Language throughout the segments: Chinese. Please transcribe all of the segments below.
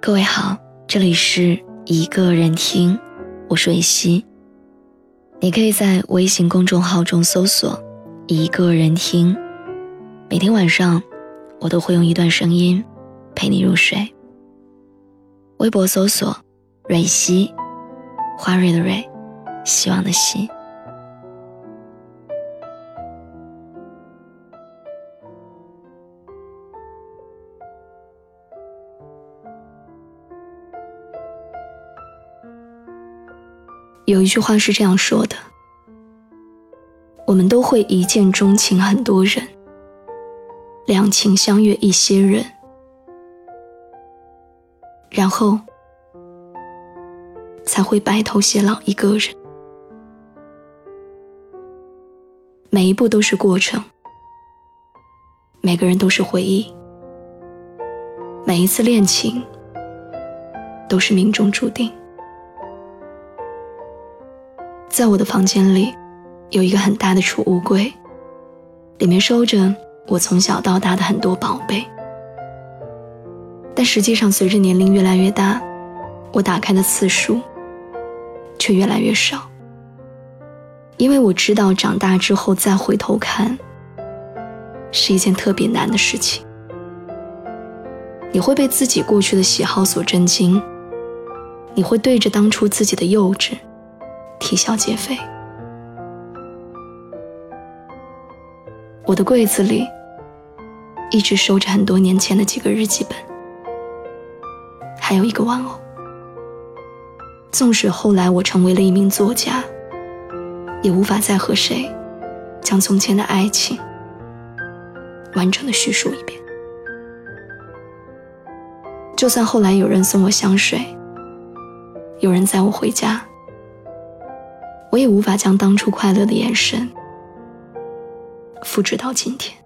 各位好，这里是一个人听，我是维希。你可以在微信公众号中搜索一个人听，每天晚上我都会用一段声音陪你入睡。微博搜索蕊希，花蕊的蕊，希望的希。有一句话是这样说的，我们都会一见钟情很多人，两情相悦一些人，然后才会白头偕老一个人。每一步都是过程，每个人都是回忆，每一次恋情都是命中注定。在我的房间里有一个很大的储物柜，里面收着我从小到大的很多宝贝。但实际上随着年龄越来越大，我打开的次数却越来越少。因为我知道长大之后再回头看是一件特别难的事情。你会被自己过去的喜好所震惊，你会对着当初自己的幼稚啼笑皆非。我的柜子里一直收着很多年前的几个日记本，还有一个玩偶。纵使后来我成为了一名作家，也无法再和谁将从前的爱情完整的叙述一遍。就算后来有人送我香水，有人载我回家，我也无法将当初快乐的眼神复制到今天。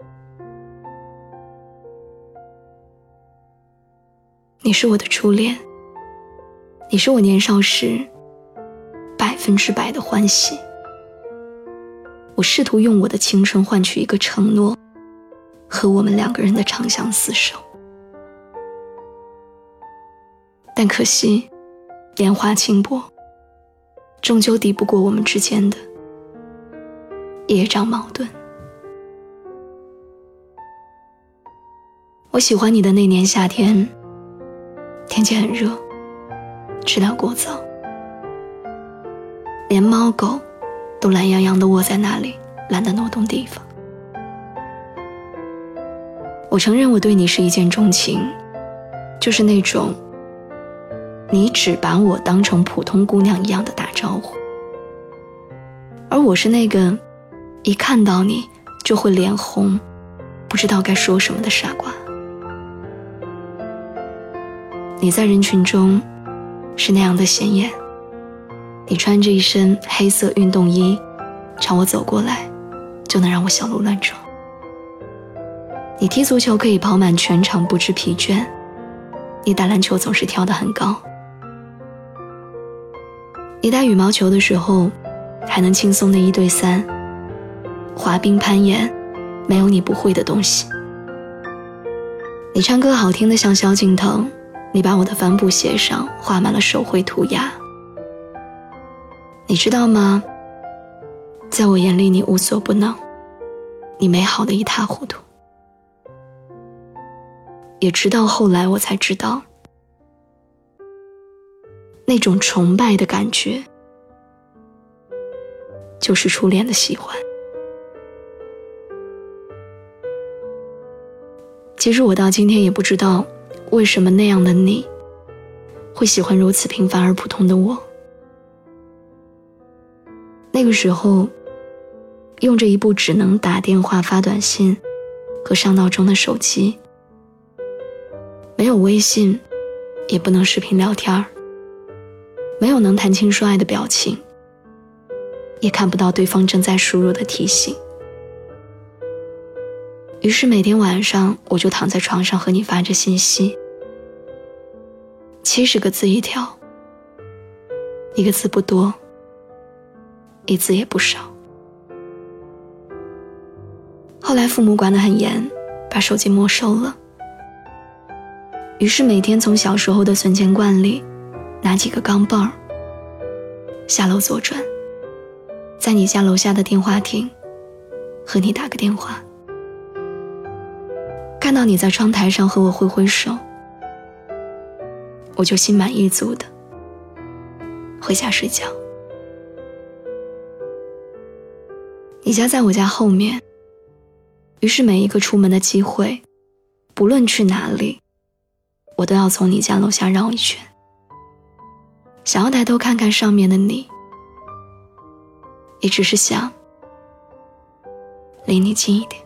你是我的初恋，你是我年少时100%的欢喜。我试图用我的青春换取一个承诺，和我们两个人的长相厮守。但可惜年华轻薄，终究抵不过我们之间的业障矛盾。我喜欢你的那年夏天，天气很热，知了过早，连猫狗都懒洋洋地窝在那里，懒得挪动地方。我承认我对你是一见钟情，就是那种你只把我当成普通姑娘一样的打招呼，而我是那个一看到你就会脸红不知道该说什么的傻瓜。你在人群中是那样的显眼，你穿着一身黑色运动衣朝我走过来，就能让我小鹿乱撞。你踢足球可以跑满全场不知疲倦，你打篮球总是跳得很高，你打羽毛球的时候还能轻松的1对3，滑冰攀岩没有你不会的东西。你唱歌好听得像萧敬腾，你把我的帆布鞋上画满了手绘涂鸦。你知道吗，在我眼里你无所不能，你美好的一塌糊涂。也直到后来我才知道，那种崇拜的感觉就是初恋的喜欢。其实我到今天也不知道为什么那样的你会喜欢如此平凡而普通的我。那个时候用着一部只能打电话发短信和上闹钟的手机，没有微信，也不能视频聊天，没有能谈情说爱的表情，也看不到对方正在输入的提醒。于是每天晚上我就躺在床上和你发着信息，70个字一条，一个字不多，一字也不少。后来父母管得很严，把手机没收了。 于是每天从小时候的存钱罐里拿几个钢镚儿，下楼左转，在你家楼下的电话亭和你打个电话，看到你在窗台上和我挥挥手，我就心满意足的回家睡觉。你家在我家后面，于是每一个出门的机会，不论去哪里，我都要从你家楼下绕一圈，想要抬头看看上面的你，也只是想离你近一点。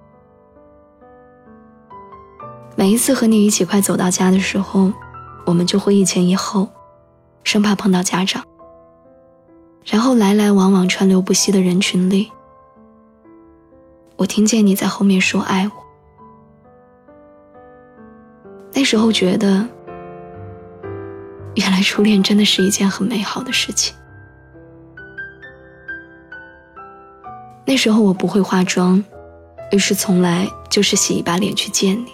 每一次和你一起快走到家的时候，我们就会一前一后，生怕碰到家长，然后来来往往川流不息的人群里，我听见你在后面说爱我。那时候觉得，原来初恋真的是一件很美好的事情。那时候我不会化妆，于是从来就是洗一把脸去见你。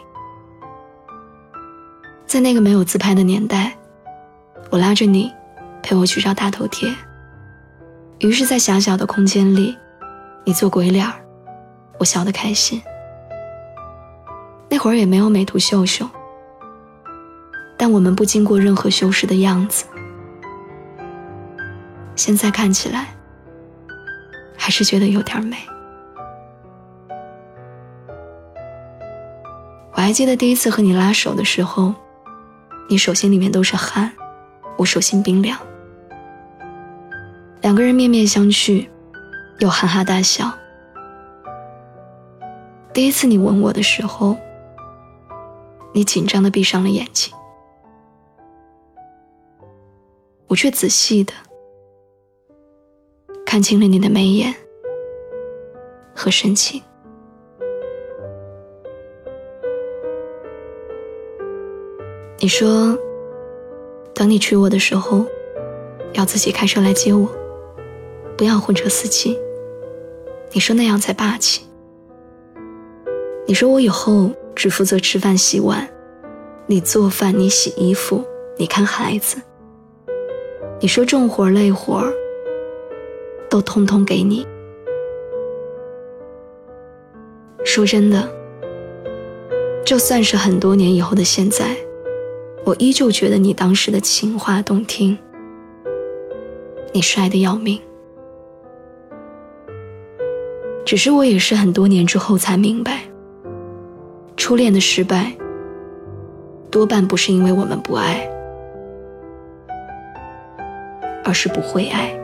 在那个没有自拍的年代，我拉着你陪我去照大头贴，于是在狭小的空间里，你做鬼脸，我笑得开心。那会儿也没有美图秀秀，但我们不经过任何修饰的样子，现在看起来还是觉得有点美。我还记得第一次和你拉手的时候，你手心里面都是汗，我手心冰凉，两个人面面相觑，又哈哈大笑。第一次你吻我的时候，你紧张地闭上了眼睛，我却仔细地看清了你的眉眼和深情。你说等你娶我的时候要自己开车来接我，不要混车司机，你说那样才霸气。你说我以后只负责吃饭洗碗，你做饭，你洗衣服，你看孩子，你说重活累活都通通给你。说真的，就算是很多年以后的现在，我依旧觉得你当时的情话动听，你帅得要命。只是我也是很多年之后才明白，初恋的失败多半不是因为我们不爱，而是不会爱。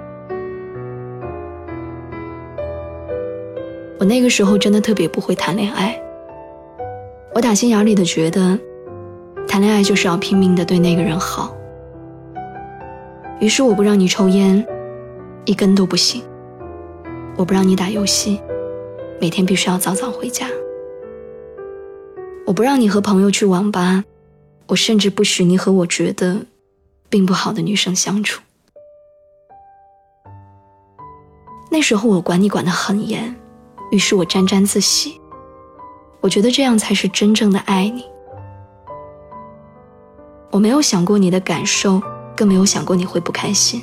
我那个时候真的特别不会谈恋爱，我打心眼里的觉得谈恋爱就是要拼命地对那个人好。于是我不让你抽烟，一根都不行；我不让你打游戏，每天必须要早早回家；我不让你和朋友去网吧，我甚至不许你和我觉得并不好的女生相处。那时候我管你管得很严，于是我沾沾自喜，我觉得这样才是真正的爱你。我没有想过你的感受，更没有想过你会不开心。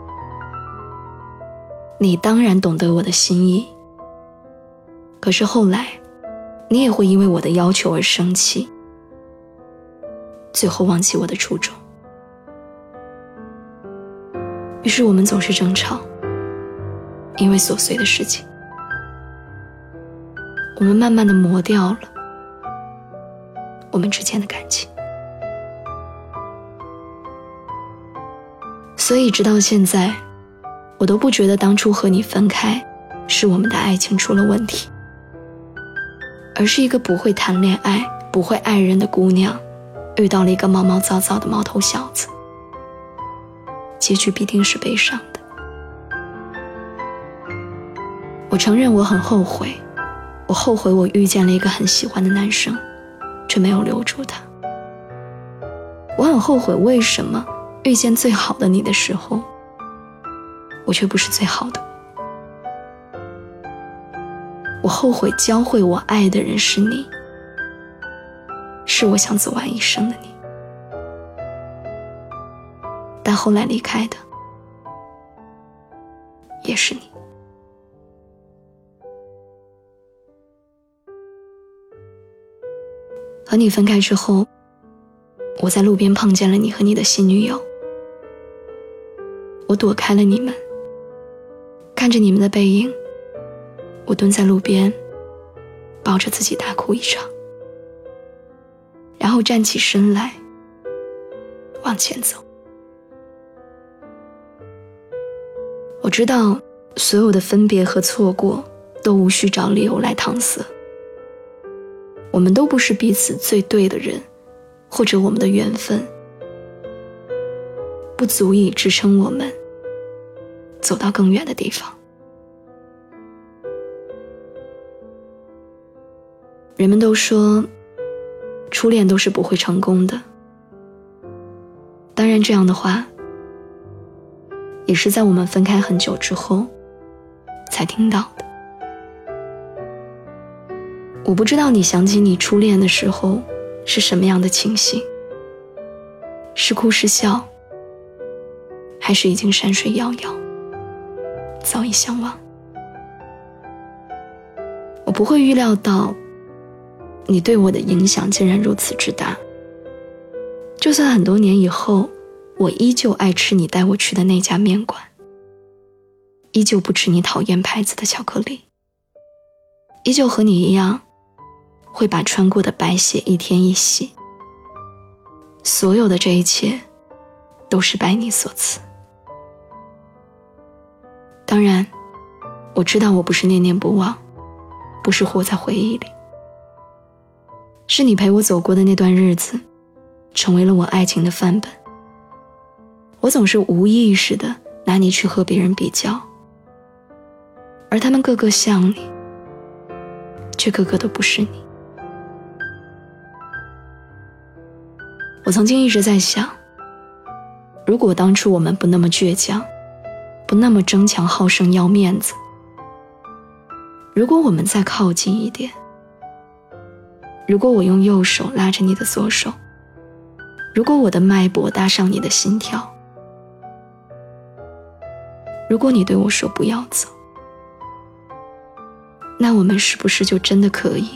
你当然懂得我的心意，可是后来你也会因为我的要求而生气，最后忘记我的初衷。于是我们总是争吵，因为琐碎的事情，我们慢慢地磨掉了我们之间的感情。所以直到现在，我都不觉得当初和你分开是我们的爱情出了问题，而是一个不会谈恋爱不会爱人的姑娘遇到了一个毛毛躁躁的毛头小子，结局必定是悲伤的。我承认我很后悔，我后悔我遇见了一个很喜欢的男生，却没有留住他。我很后悔为什么遇见最好的你的时候，我却不是最好的。我后悔教会我爱的人是你， 是我想走完一生的你，但后来离开的也是你。和你分开之后，我在路边碰见了你和你的新女友，我躲开了你们，看着你们的背影，我蹲在路边抱着自己大哭一场，然后站起身来往前走。我知道所有的分别和错过都无需找理由来搪塞，我们都不是彼此最对的人，或者我们的缘分不足以支撑我们走到更远的地方。人们都说初恋都是不会成功的，当然这样的话也是在我们分开很久之后才听到的。我不知道你想起你初恋的时候是什么样的情形，是哭是笑，还是已经山水遥遥，早已相忘。我不会预料到你对我的影响竟然如此之大，就算很多年以后我依旧爱吃你带我去的那家面馆，依旧不吃你讨厌牌子的巧克力，依旧和你一样会把穿过的白鞋一天一洗，所有的这一切都是拜你所赐。当然我知道我不是念念不忘，不是活在回忆里，是你陪我走过的那段日子成为了我爱情的范本。我总是无意识地拿你去和别人比较，而他们个个像你，却个个都不是你。我曾经一直在想，如果当初我们不那么倔强，不那么争强好胜要面子，如果我们再靠近一点，如果我用右手拉着你的左手，如果我的脉搏搭上你的心跳，如果你对我说不要走，那我们是不是就真的可以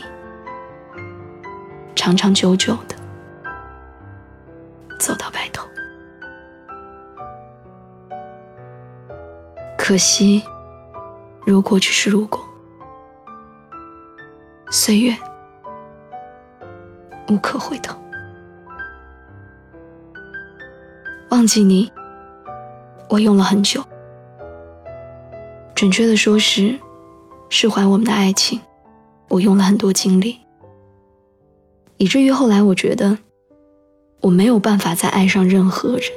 长长久久的走到白头？可惜如果只是如果，岁月无可回头。忘记你我用了很久，准确的说是释怀我们的爱情，我用了很多精力，以至于后来我觉得我没有办法再爱上任何人。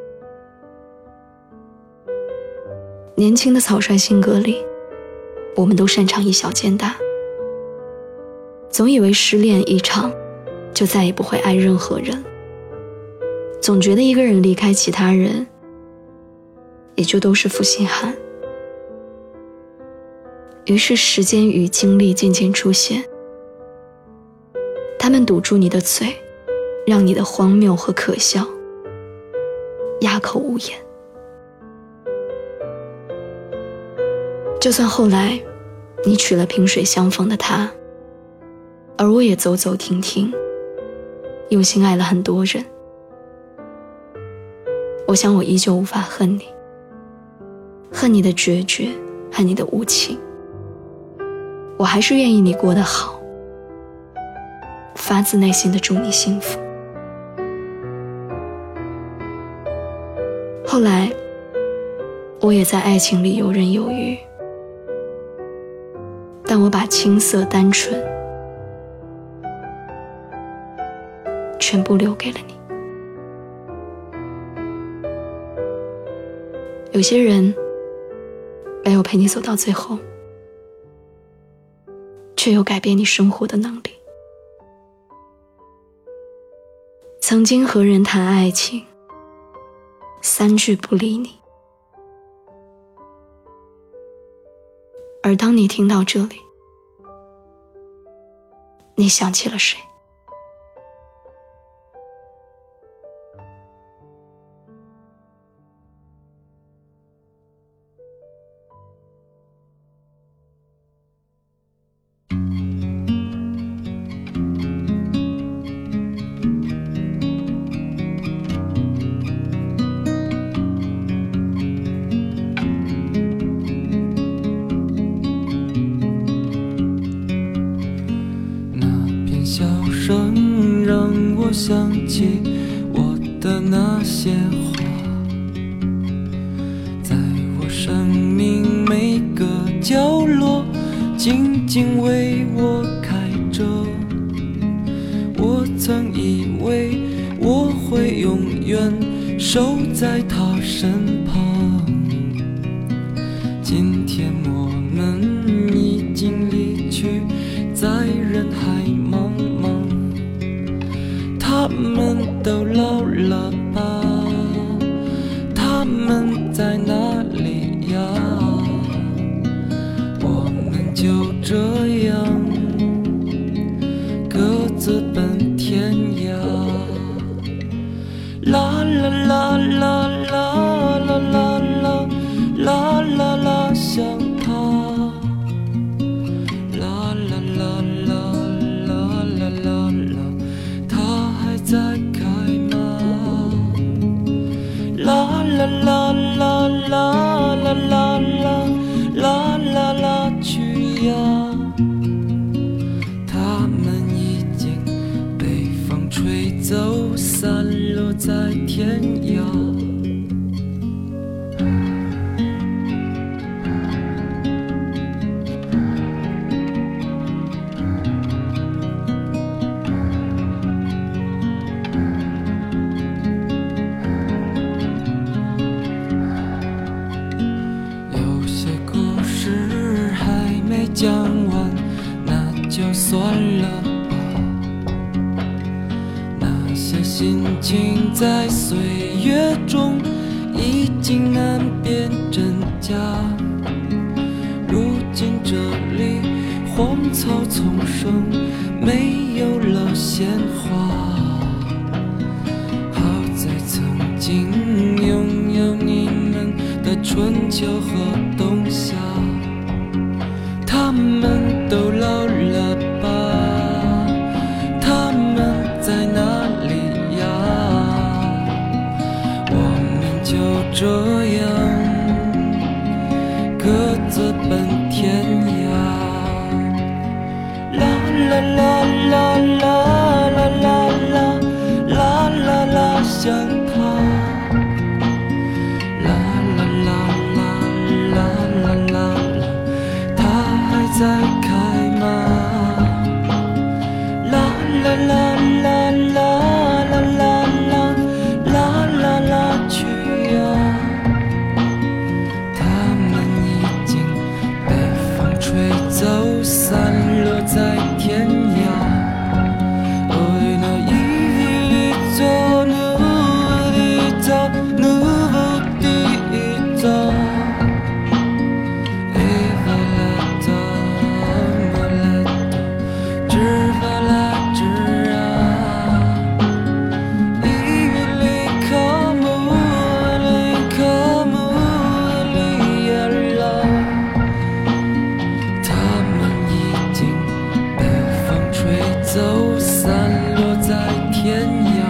年轻的草率性格里，我们都擅长以小见大，总以为失恋一场就再也不会爱任何人，总觉得一个人离开其他人也就都是负心汉。于是时间与精力渐渐出现，他们堵住你的嘴，让你的荒谬和可笑哑口无言。就算后来你娶了萍水相逢的他，而我也走走停停，用心爱了很多人，我想我依旧无法恨你，恨你的决绝，恨你的无情。我还是愿意你过得好，发自内心的祝你幸福。后来我也在爱情里游刃有余，但我把青涩单纯全部留给了你。有些人没有陪你走到最后，却有改变你生活的能力。曾经和人谈爱情，3句不理你，而当你听到这里，你想起了谁？ 点笑声让我想起我的那些话，在我生命每个角落静静为我开着。我曾以为我会永远守在他身旁，今天我们已经离去，在人海茫茫。他们都老了吧？他们在哪里呀？我们就这样各自奔天涯。啦啦啦啦啦啦啦啦啦啦啦，想他。啦啦啦啦啦啦啦啦，他还在开吗？啦啦啦啦啦啦啦啦啦啦啦，去呀！他们已经被风吹走，散落在天涯。有些故事还没讲完，那就算了吧。那些心情在岁月中已经难辨真假。如今这里荒草丛生，没有了鲜花。好在曾经拥有你们的春秋和冬夏。他们都老了吧？他们在哪里呀？我们就这样各自奔天涯。啦啦啦啦啦啦啦啦啦啦啦，想他。啦啦啦啦啦啦啦，他还在开吗？啦啦啦啦啦啦啦啦啦啦啦，去呀！他们已经被风吹走，散落在天涯。Ôi nó ivilito nuvolito nuvolito e volata moletto只发来只啊ivilika mulika muliera。他们已经被风吹走，散落在天涯。